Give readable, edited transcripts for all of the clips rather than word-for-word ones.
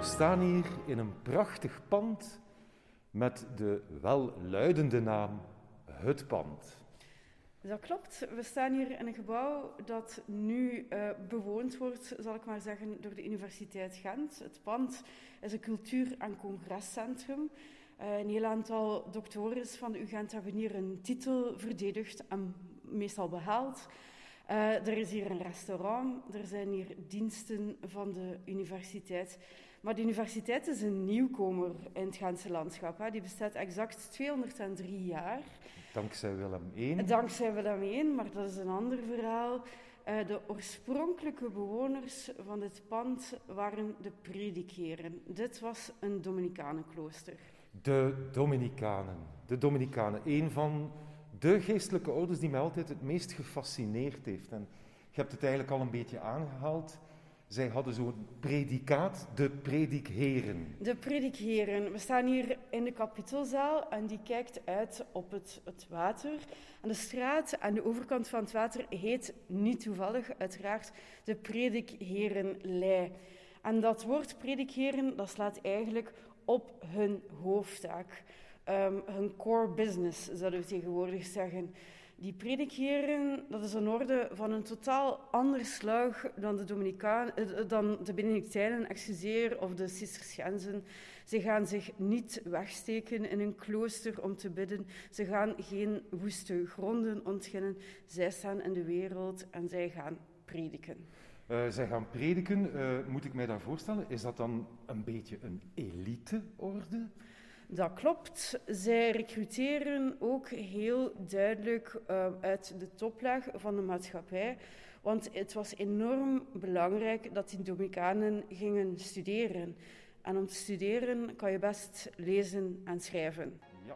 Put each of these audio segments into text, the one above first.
We staan hier in een prachtig pand met de welluidende naam Het Pand. Dat klopt. We staan hier in een gebouw dat nu bewoond wordt, zal ik maar zeggen, door de Universiteit Gent. Het pand is een cultuur- en congrescentrum. Een heel aantal doctores van de UGent hebben hier een titel verdedigd en meestal behaald. Er is hier een restaurant, er zijn hier diensten van de universiteit. Maar de universiteit is een nieuwkomer in het Gentse landschap. Hè. Die bestaat exact 203 jaar. Dankzij Willem I. Dankzij Willem I, maar dat is een ander verhaal. De oorspronkelijke bewoners van dit pand waren de predikheren. Dit was een Dominicanenklooster. De Dominicanen. Een van de geestelijke orders die mij altijd het meest gefascineerd heeft. En je hebt het eigenlijk al een beetje aangehaald. Zij hadden zo'n predicaat, de predikheren. De predikheren. We staan hier in de kapittelzaal en die kijkt uit op het water. En de straat aan de overkant van het water heet niet toevallig uiteraard de Predikherenlei. En dat woord predikheren, dat slaat eigenlijk op hun hoofdtaak. Hun core business, zouden we tegenwoordig zeggen. Die predikheren, dat is een orde van een totaal ander slag dan de Benedictijnen, of de Cisterciënzen. Ze gaan zich niet wegsteken in een klooster om te bidden. Ze gaan geen woeste gronden ontginnen. Zij staan in de wereld en zij gaan prediken. Zij gaan prediken. Moet ik mij dat voorstellen? Is dat dan een beetje een eliteorde? Dat klopt. Zij recruteren ook heel duidelijk uit de toplaag van de maatschappij. Want het was enorm belangrijk dat die Dominicanen gingen studeren. En om te studeren kan je best lezen en schrijven. Ja.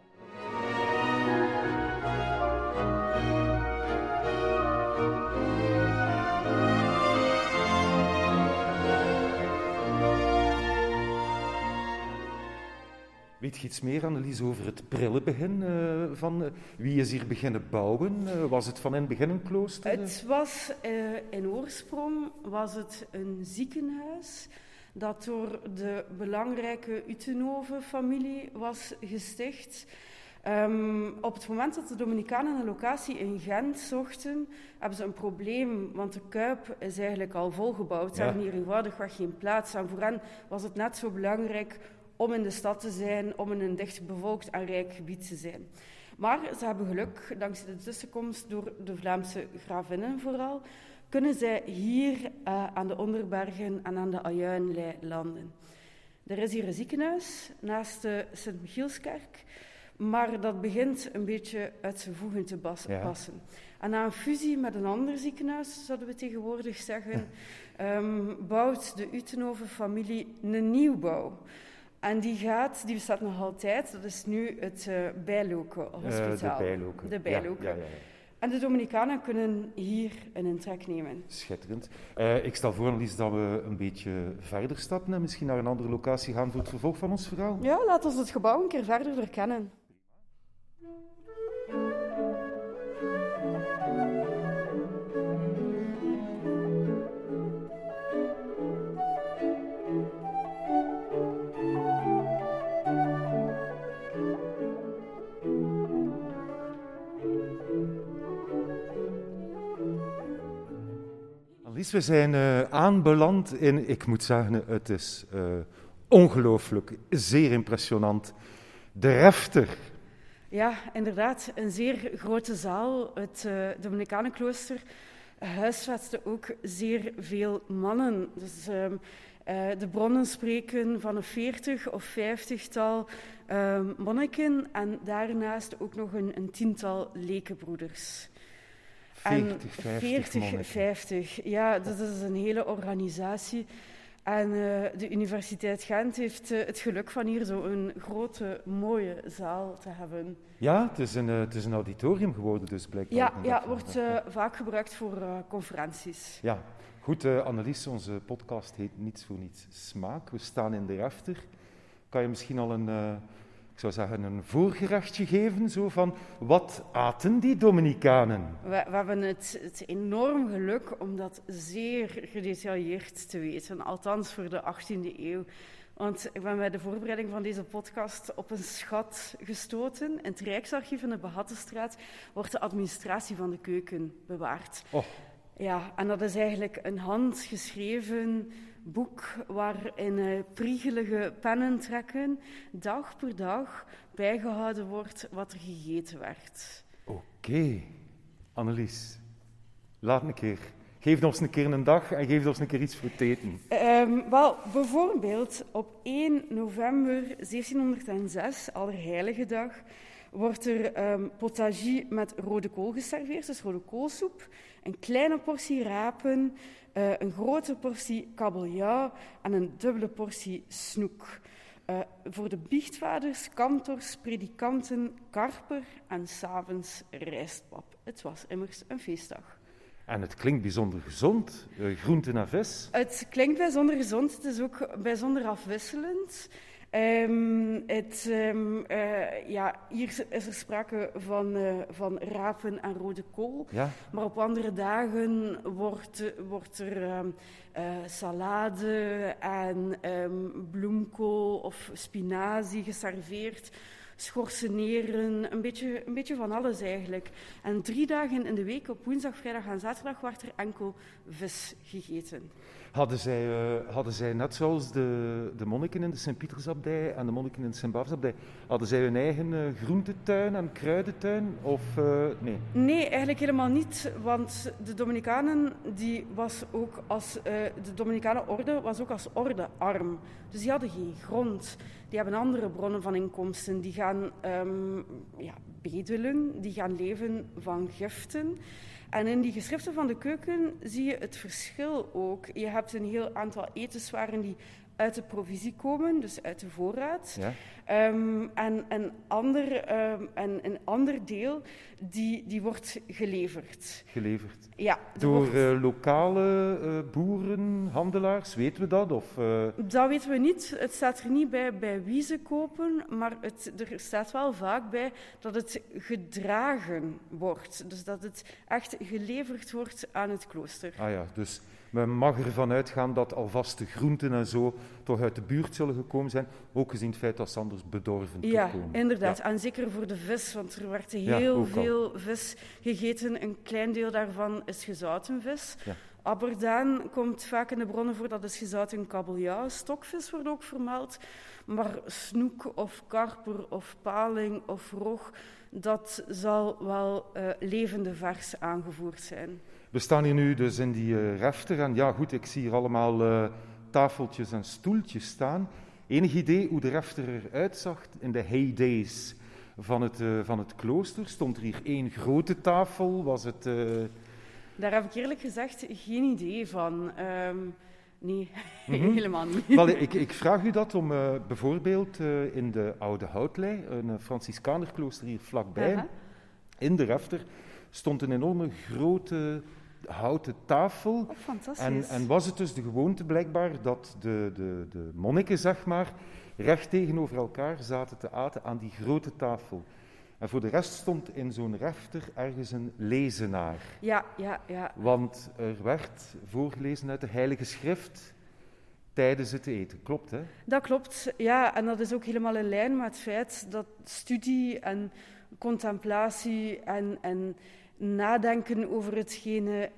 Weet je iets meer, Annelies, over het prille begin van wie is hier beginnen bouwen? Was het van in het begin een klooster? Het was in oorsprong was het een ziekenhuis dat door de belangrijke Utenhove-familie was gesticht. Op het moment dat de Dominicanen een locatie in Gent zochten, hebben ze een probleem, want de Kuip is eigenlijk al volgebouwd. Ze hebben hier eenvoudigweg geen plaats. En voor hen was het net zo belangrijk om in de stad te zijn, om in een dicht bevolkt en rijk gebied te zijn. Maar ze hebben geluk, dankzij de tussenkomst door de Vlaamse gravinnen vooral, kunnen zij hier aan de Onderbergen en aan de Ajuinlei landen. Er is hier een ziekenhuis naast de Sint-Michielskerk, maar dat begint een beetje uit zijn voegen te passen. En na een fusie met een ander ziekenhuis, zouden we tegenwoordig zeggen, bouwt de Utenhove-familie een nieuwbouw. En die bestaat nog altijd. Dat is nu het Bijloke Hospitaal. De Bijloke. Ja. En de Dominicanen kunnen hier een intrek nemen. Schitterend. Ik stel voor, Annelies, dat we een beetje verder stappen en misschien naar een andere locatie gaan voor het vervolg van ons verhaal. Ja, laten we het gebouw een keer verder verkennen. We zijn aanbeland in, ik moet zeggen, het is ongelooflijk, zeer impressionant, de Refter. Ja, inderdaad, een zeer grote zaal. Het Dominicanenklooster huisvestte ook zeer veel mannen. Dus de bronnen spreken van een 40 of 50-tal monniken en daarnaast ook nog een 10-tal lekenbroeders. 50. Ja, dat is een hele organisatie. En de Universiteit Gent heeft het geluk van hier zo'n grote, mooie zaal te hebben. Ja, het is een auditorium geworden dus blijkbaar. Ja, wordt vaak gebruikt voor conferenties. Ja, goed, Annelies, onze podcast heet Niets voor Niets Smaak. We staan in de Refter. Kan je misschien al ik zou zeggen, een voorgerechtje geven, zo van, wat aten die Dominicanen? We hebben het enorm geluk om dat zeer gedetailleerd te weten, althans voor de 18e eeuw. Want ik ben bij de voorbereiding van deze podcast op een schat gestoten. In het Rijksarchief in de Behattestraat wordt de administratie van de keuken bewaard. Oh. Ja, en dat is eigenlijk een handgeschreven boek waarin priegelige pennentrekken dag per dag bijgehouden wordt wat er gegeten werd. Oké. Annelies, laat een keer. Geef ons een keer een dag en geef ons een keer iets voor het eten. Wel, bijvoorbeeld op 1 november 1706, Allerheilige Dag, wordt er potagie met rode kool geserveerd, dus rode koolsoep, een kleine portie rapen, een grote portie kabeljauw en een dubbele portie snoek. Voor de biechtvaders, kantors, predikanten, karper en 's avonds rijstpap. Het was immers een feestdag. En het klinkt bijzonder gezond, groenten en vis. Het klinkt bijzonder gezond, het is ook bijzonder afwisselend. Hier is er sprake van rapen en rode kool. Ja. Maar op andere dagen wordt er salade en bloemkool of spinazie geserveerd. Schorseneren, een beetje van alles eigenlijk. En 3 dagen in de week, op woensdag, vrijdag en zaterdag, werd er enkel vis gegeten. Hadden zij net zoals de monniken in de Sint-Pietersabdij en de monniken in de Sint-Bavsabdij, hadden zij hun eigen groentetuin en kruidentuin? Of nee? Nee, eigenlijk helemaal niet, want de Dominicanen orde was ook als orde arm. Dus die hadden geen grond. Die hebben andere bronnen van inkomsten. Die gaan bedelen, die gaan leven van giften. En in die geschriften van de keuken zie je het verschil ook. Je hebt een heel aantal etenswaren die uit de provisie komen, dus uit de voorraad. Ja. En een ander deel die wordt geleverd. Geleverd? Ja. Door lokale boeren, handelaars, weten we dat? Of, Dat weten we niet. Het staat er niet bij wie ze kopen, maar er staat wel vaak bij dat het gedragen wordt. Dus dat het echt geleverd wordt aan het klooster. Ah ja, dus men mag ervan uitgaan dat alvast de groenten en zo toch uit de buurt zullen gekomen zijn, ook gezien het feit dat ze anders bedorven toekomen. Ja, inderdaad. Ja. En zeker voor de vis, want er werd heel veel vis gegeten. Een klein deel daarvan is gezouten vis. Ja. Aberdaan komt vaak in de bronnen voor, dat is gezouten kabeljauw. Stokvis wordt ook vermeld. Maar snoek of karper of paling of rog, dat zal wel levende vers aangevoerd zijn. We staan hier nu dus in die refter en ja goed, ik zie hier allemaal tafeltjes en stoeltjes staan. Enig idee hoe de refter eruit zag in de heydays van het klooster? Stond er hier 1 grote tafel? Was het... Daar heb ik eerlijk gezegd geen idee van. Nee, helemaal niet. Wel, ik vraag u dat om bijvoorbeeld in de Oude Houtlei, een Franciscanerklooster hier vlakbij, in de refter, stond een enorme grote houten tafel. Oh, fantastisch. En was het dus de gewoonte blijkbaar dat de monniken, zeg maar, recht tegenover elkaar zaten te aten aan die grote tafel. En voor de rest stond in zo'n refter ergens een lezenaar. Ja. Want er werd voorgelezen uit de Heilige Schrift tijdens het eten. Klopt, hè? Dat klopt, ja. En dat is ook helemaal in lijn met het feit dat studie en contemplatie en nadenken over hetgene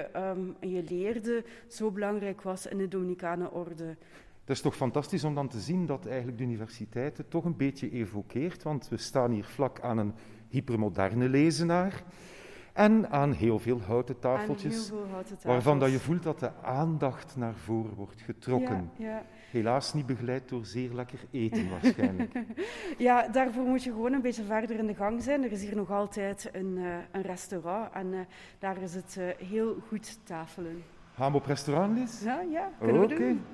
je leerde zo belangrijk was in de Dominicanenorde. Het is toch fantastisch om dan te zien dat eigenlijk de universiteit het toch een beetje evokeert, want we staan hier vlak aan een hypermoderne lezenaar en aan heel veel houten tafeltjes, waarvan dat je voelt dat de aandacht naar voren wordt getrokken. Ja. Helaas niet begeleid door zeer lekker eten waarschijnlijk. Ja, daarvoor moet je gewoon een beetje verder in de gang zijn. Er is hier nog altijd een restaurant en daar is het heel goed tafelen. Gaan we op restaurant, Lies? Ja, kunnen we doen.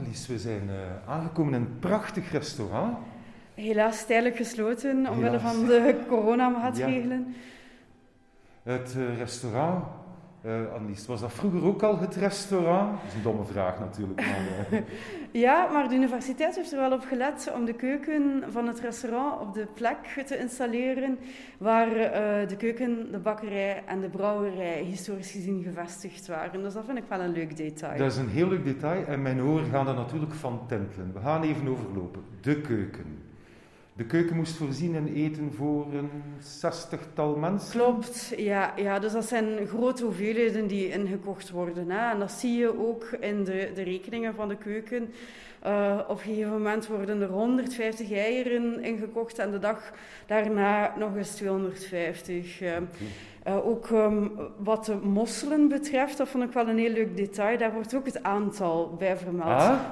Annelies, we zijn aangekomen in een prachtig restaurant. Helaas tijdelijk gesloten, omwille van de coronamaatregelen. Ja. Het restaurant, Annelies, was dat vroeger ook al het restaurant? Dat is een domme vraag natuurlijk. Maar, Ja, maar de universiteit heeft er wel op gelet om de keuken van het restaurant op de plek te installeren waar de keuken, de bakkerij en de brouwerij historisch gezien gevestigd waren. Dus dat vind ik wel een leuk detail. Dat is een heel leuk detail en mijn oren gaan er natuurlijk van tintelen. We gaan even overlopen. De keuken. De keuken moest voorzien in eten voor een 60-tal mensen. Klopt, ja, dus dat zijn grote hoeveelheden die ingekocht worden. Hè. En dat zie je ook in de rekeningen van de keuken. Op een gegeven moment worden er 150 eieren ingekocht en de dag daarna nog eens 250. Ook wat de mosselen betreft, dat vond ik wel een heel leuk detail, daar wordt ook het aantal bij vermeld. Ja.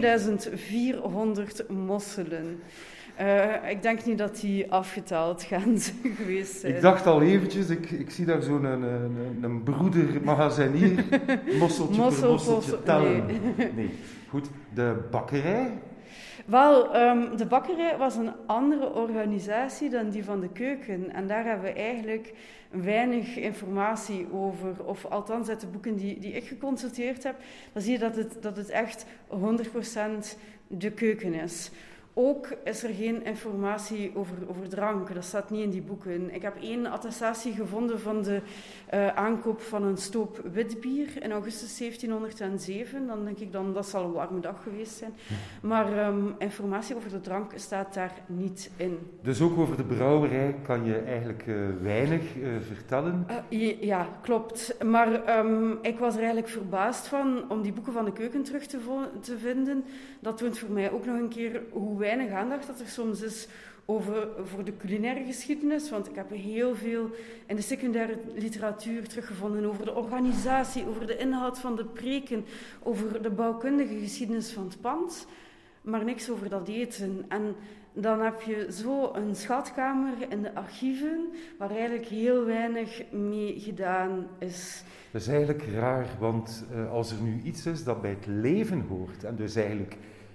2400 mosselen. Ik denk niet dat die afgeteld gaan geweest zijn. Ik dacht al eventjes, ik zie daar zo'n een broeder magazinier, mosseltje per mosseltje tellen. Nee. Goed, de bakkerij? Wel, de bakkerij was een andere organisatie dan die van de keuken. En daar hebben we eigenlijk weinig informatie over. Of althans uit de boeken die ik geconsulteerd heb, dan zie je dat het echt 100% de keuken is. Ook is er geen informatie over drank. Dat staat niet in die boeken. Ik heb 1 attestatie gevonden van de aankoop van een stoop witbier in augustus 1707. Dan denk ik dat zal een warme dag geweest zijn. Maar informatie over de drank staat daar niet in. Dus ook over de brouwerij kan je eigenlijk weinig vertellen? Ja, klopt. Maar ik was er eigenlijk verbaasd van om die boeken van de keuken terug te vinden. Dat toont voor mij ook nog een keer hoe weinig aandacht dat er soms is voor de culinaire geschiedenis. Want ik heb heel veel in de secundaire literatuur teruggevonden over de organisatie, over de inhoud van de preken, over de bouwkundige geschiedenis van het pand. Maar niks over dat eten. En dan heb je zo een schatkamer in de archieven waar eigenlijk heel weinig mee gedaan is. Dat is eigenlijk raar, want als er nu iets is dat bij het leven hoort en dus eigenlijk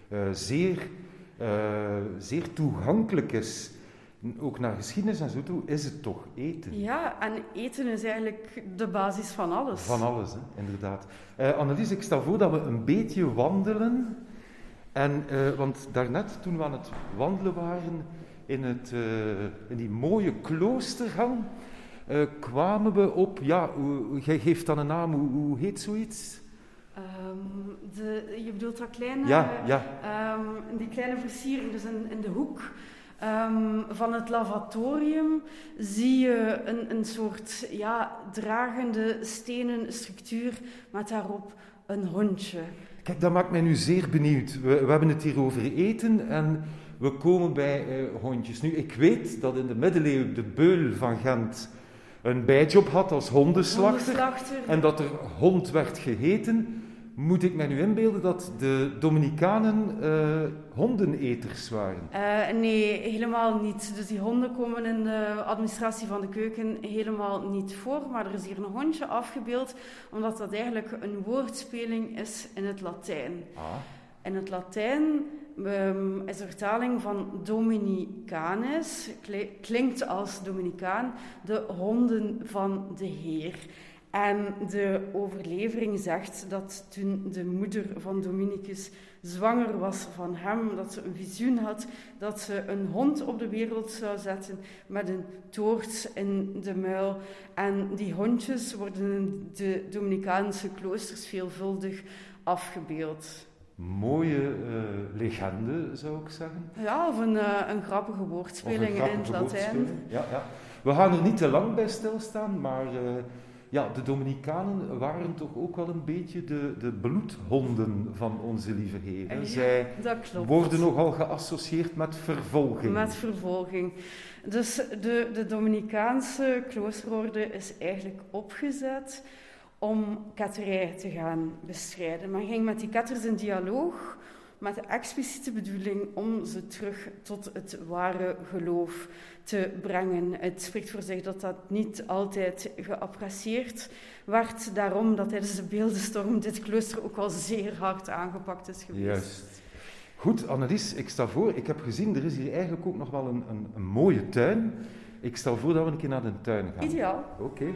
zeer toegankelijk is, ook naar geschiedenis en zo toe, is het toch eten. Ja, en eten is eigenlijk de basis van alles. Van alles, hè, inderdaad. Annelies, ik stel voor dat we een beetje wandelen. Want daarnet, toen we aan het wandelen waren in die mooie kloostergang, kwamen we op, jij geeft dan een naam, hoe heet zoiets? Je bedoelt dat kleine, die kleine versiering, dus in de hoek van het lavatorium zie je een soort dragende stenen structuur met daarop een hondje. Kijk, dat maakt mij nu zeer benieuwd. We hebben het hier over eten en we komen bij hondjes. Nu, ik weet dat in de middeleeuwen de beul van Gent een bijjob had als hondenslachter. En dat er hond werd gegeten. Moet ik mij nu inbeelden dat de Dominicanen hondeneters waren? Nee, helemaal niet. Dus die honden komen in de administratie van de keuken helemaal niet voor. Maar er is hier een hondje afgebeeld, omdat dat eigenlijk een woordspeling is in het Latijn. In het Latijn is de vertaling van Dominicanes, klinkt als Dominicaan, de honden van de Heer. En de overlevering zegt dat toen de moeder van Dominicus zwanger was van hem, dat ze een visioen had dat ze een hond op de wereld zou zetten met een toorts in de muil. En die hondjes worden in de Dominicaanse kloosters veelvuldig afgebeeld. Mooie legende, zou ik zeggen. Ja, of een grappige woordspeling in het Latijn. Ja. We gaan er niet te lang bij stilstaan, maar de Dominicanen waren toch ook wel een beetje de bloedhonden van onze lieve Heer. Ja, zij worden nogal geassocieerd met vervolging. Met vervolging. Dus de Dominicaanse kloosterorde is eigenlijk opgezet om ketterij te gaan bestrijden. Men ging met die ketters in dialoog, met de expliciete bedoeling om ze terug tot het ware geloof te brengen. Het spreekt voor zich dat dat niet altijd geapprecieerd werd, daarom dat tijdens de beeldenstorm dit klooster ook al zeer hard aangepakt is geweest. Juist. Goed, Annelies, ik stel voor, ik heb gezien, er is hier eigenlijk ook nog wel een mooie tuin. Ik stel voor dat we een keer naar de tuin gaan. Ideaal. Oké.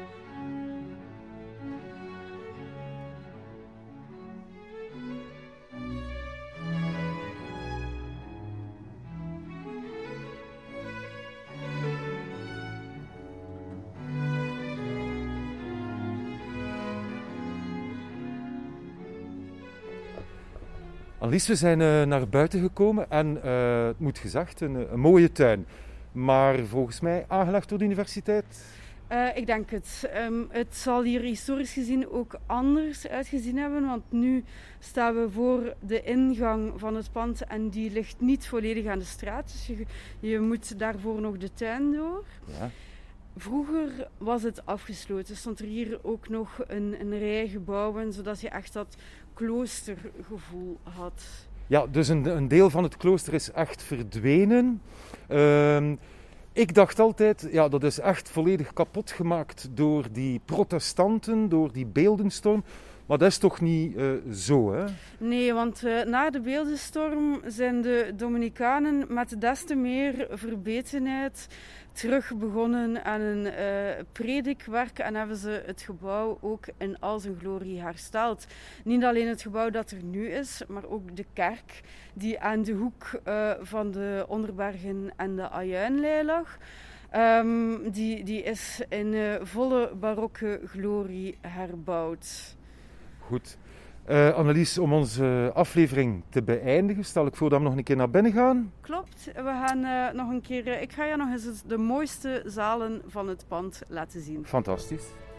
Annelies, we zijn naar buiten gekomen en het moet gezegd, een mooie tuin. Maar volgens mij aangelegd door de universiteit? Ik denk het. Het zal hier historisch gezien ook anders uitgezien hebben, want nu staan we voor de ingang van het pand en die ligt niet volledig aan de straat. Dus je moet daarvoor nog de tuin door. Ja. Vroeger was het afgesloten. Stond er hier ook nog een rij gebouwen, zodat je echt dat kloostergevoel had. Ja, dus een deel van het klooster is echt verdwenen. Ik dacht altijd, ja, dat is echt volledig kapot gemaakt door die protestanten, door die beeldenstorm. Maar dat is toch niet zo, hè? Nee, want na de beeldenstorm zijn de Dominicanen met des te meer verbetenheid terug begonnen aan een predikwerk en hebben ze het gebouw ook in al zijn glorie hersteld. Niet alleen het gebouw dat er nu is, maar ook de kerk die aan de hoek van de Onderbergen en de Ajuinlei lag. Die is in volle barokke glorie herbouwd. Goed. Annelies, om onze aflevering te beëindigen, stel ik voor dat we nog een keer naar binnen gaan. Klopt. We gaan nog een keer... ik ga je nog eens de mooiste zalen van het pand laten zien. Fantastisch.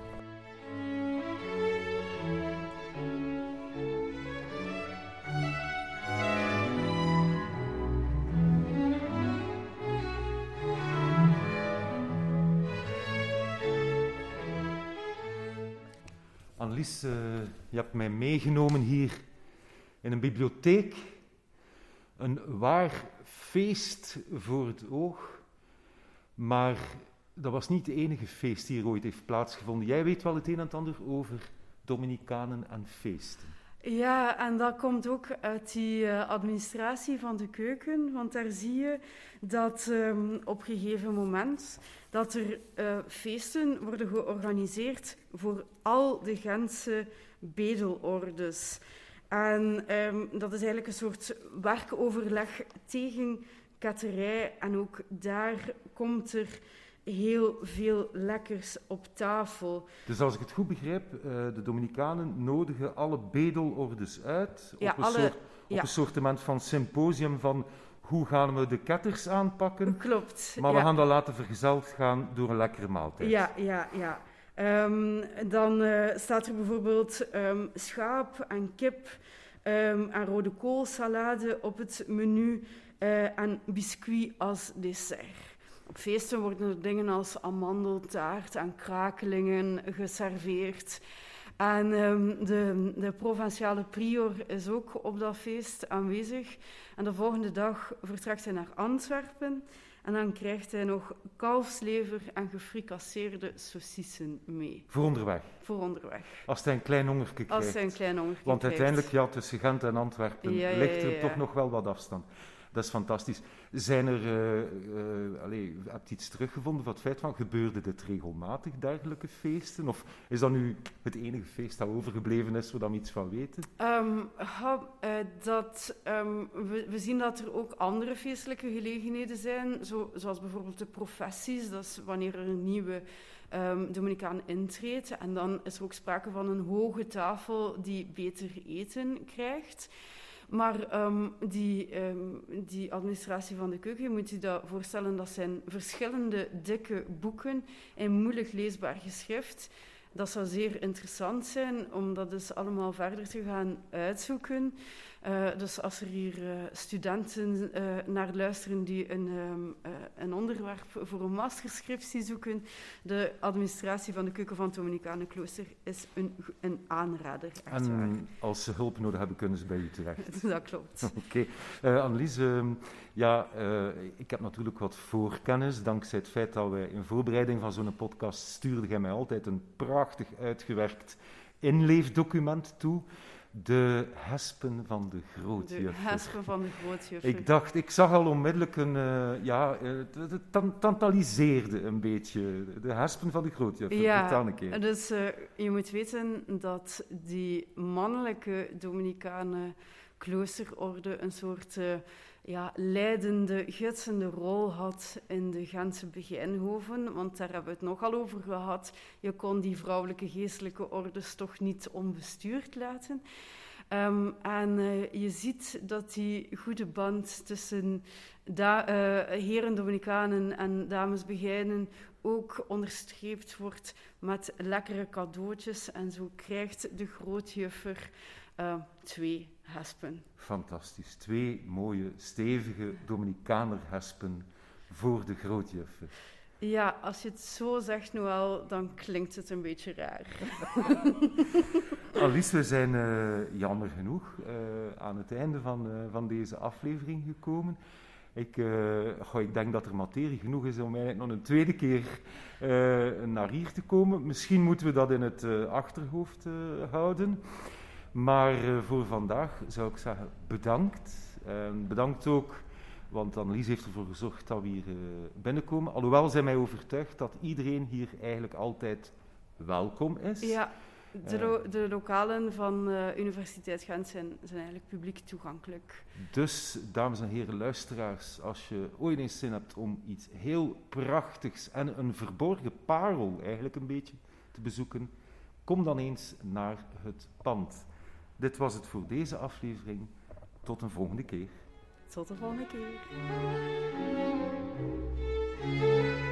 Annelies, je hebt mij meegenomen hier in een bibliotheek. Een waar feest voor het oog. Maar dat was niet het enige feest die hier ooit heeft plaatsgevonden. Jij weet wel het een en het ander over Dominicanen en feesten. Ja, en dat komt ook uit die administratie van de keuken. Want daar zie je dat op een gegeven moment dat er feesten worden georganiseerd voor al de Gentse bedelordes. En dat is eigenlijk een soort werkoverleg tegen ketterij. En ook daar komt er heel veel lekkers op tafel. Dus als ik het goed begrijp, de Dominicanen nodigen alle bedelordes uit op een soortement van symposium van hoe gaan we de ketters aanpakken. Klopt. Maar we gaan dat laten vergezeld gaan door een lekkere maaltijd. Ja. Dan staat er bijvoorbeeld schaap en kip en rode koolsalade op het menu en biscuit als dessert. Op feesten worden er dingen als amandeltaart en krakelingen geserveerd. En de provinciale prior is ook op dat feest aanwezig. En de volgende dag vertrekt hij naar Antwerpen. En dan krijgt hij nog kalfslever en gefricasseerde saucissen mee. Voor onderweg? Voor onderweg. Als hij een klein hongertje krijgt. Als hij een klein hongertje Want krijgt. uiteindelijk, ja, tussen Gent en Antwerpen ligt er toch nog wel wat afstand. Dat is fantastisch. Zijn er, heb je iets teruggevonden van het feit van, gebeurde dit regelmatig, dergelijke feesten? Of is dat nu het enige feest dat overgebleven is, zodat we iets van weten? We zien dat er ook andere feestelijke gelegenheden zijn, zoals bijvoorbeeld de professies, dat is wanneer er een nieuwe Dominicaan intreedt. En dan is er ook sprake van een hoge tafel die beter eten krijgt. Maar die administratie van de keuken, je moet je dat voorstellen, dat zijn verschillende dikke boeken in moeilijk leesbaar geschrift. Dat zou zeer interessant zijn om dat dus allemaal verder te gaan uitzoeken. Dus als er hier studenten naar luisteren die een onderwerp voor een masterscriptie zoeken, de administratie van de Keuken van het Dominicanenklooster is een aanrader. En als ze hulp nodig hebben, kunnen ze bij u terecht. Dat klopt. Oké. Annelies, ik heb natuurlijk wat voorkennis, dankzij het feit dat wij in voorbereiding van zo'n podcast stuurde jij mij altijd een prachtig uitgewerkt inleefdocument toe. De hespen van de grootjuffer. De hespen van de grootjuffer. Ik zag al onmiddellijk het tantaliseerde een beetje. De hespen van de grootjuffer. Vertel een keer. Dus je moet weten dat die mannelijke Dominicanen kloosterorde een soort leidende, gidsende rol had in de Gentse beginhoven, want daar hebben we het nogal over gehad. Je kon die vrouwelijke geestelijke ordes toch niet onbestuurd laten. En je ziet dat die goede band tussen heren Dominicanen en dames Begijnen ook onderstreept wordt met lekkere cadeautjes. En zo krijgt de grootjuffer 2 hespen. Fantastisch. 2 mooie, stevige Dominicaner-hespen voor de grootjuffer. Ja, als je het zo zegt, Noël, dan klinkt het een beetje raar. Alice, we zijn jammer genoeg aan het einde van deze aflevering gekomen. Ik denk dat er materie genoeg is om eigenlijk nog een tweede keer naar hier te komen. Misschien moeten we dat in het achterhoofd houden. Maar voor vandaag zou ik zeggen bedankt. Bedankt ook, want Annelies heeft ervoor gezorgd dat we hier binnenkomen. Alhoewel zij mij overtuigt dat iedereen hier eigenlijk altijd welkom is. Ja, de lokalen van Universiteit Gent zijn eigenlijk publiek toegankelijk. Dus, dames en heren luisteraars, als je ooit eens zin hebt om iets heel prachtigs en een verborgen parel eigenlijk een beetje te bezoeken, kom dan eens naar het pand. Dit was het voor deze aflevering. Tot een volgende keer. Tot de volgende keer.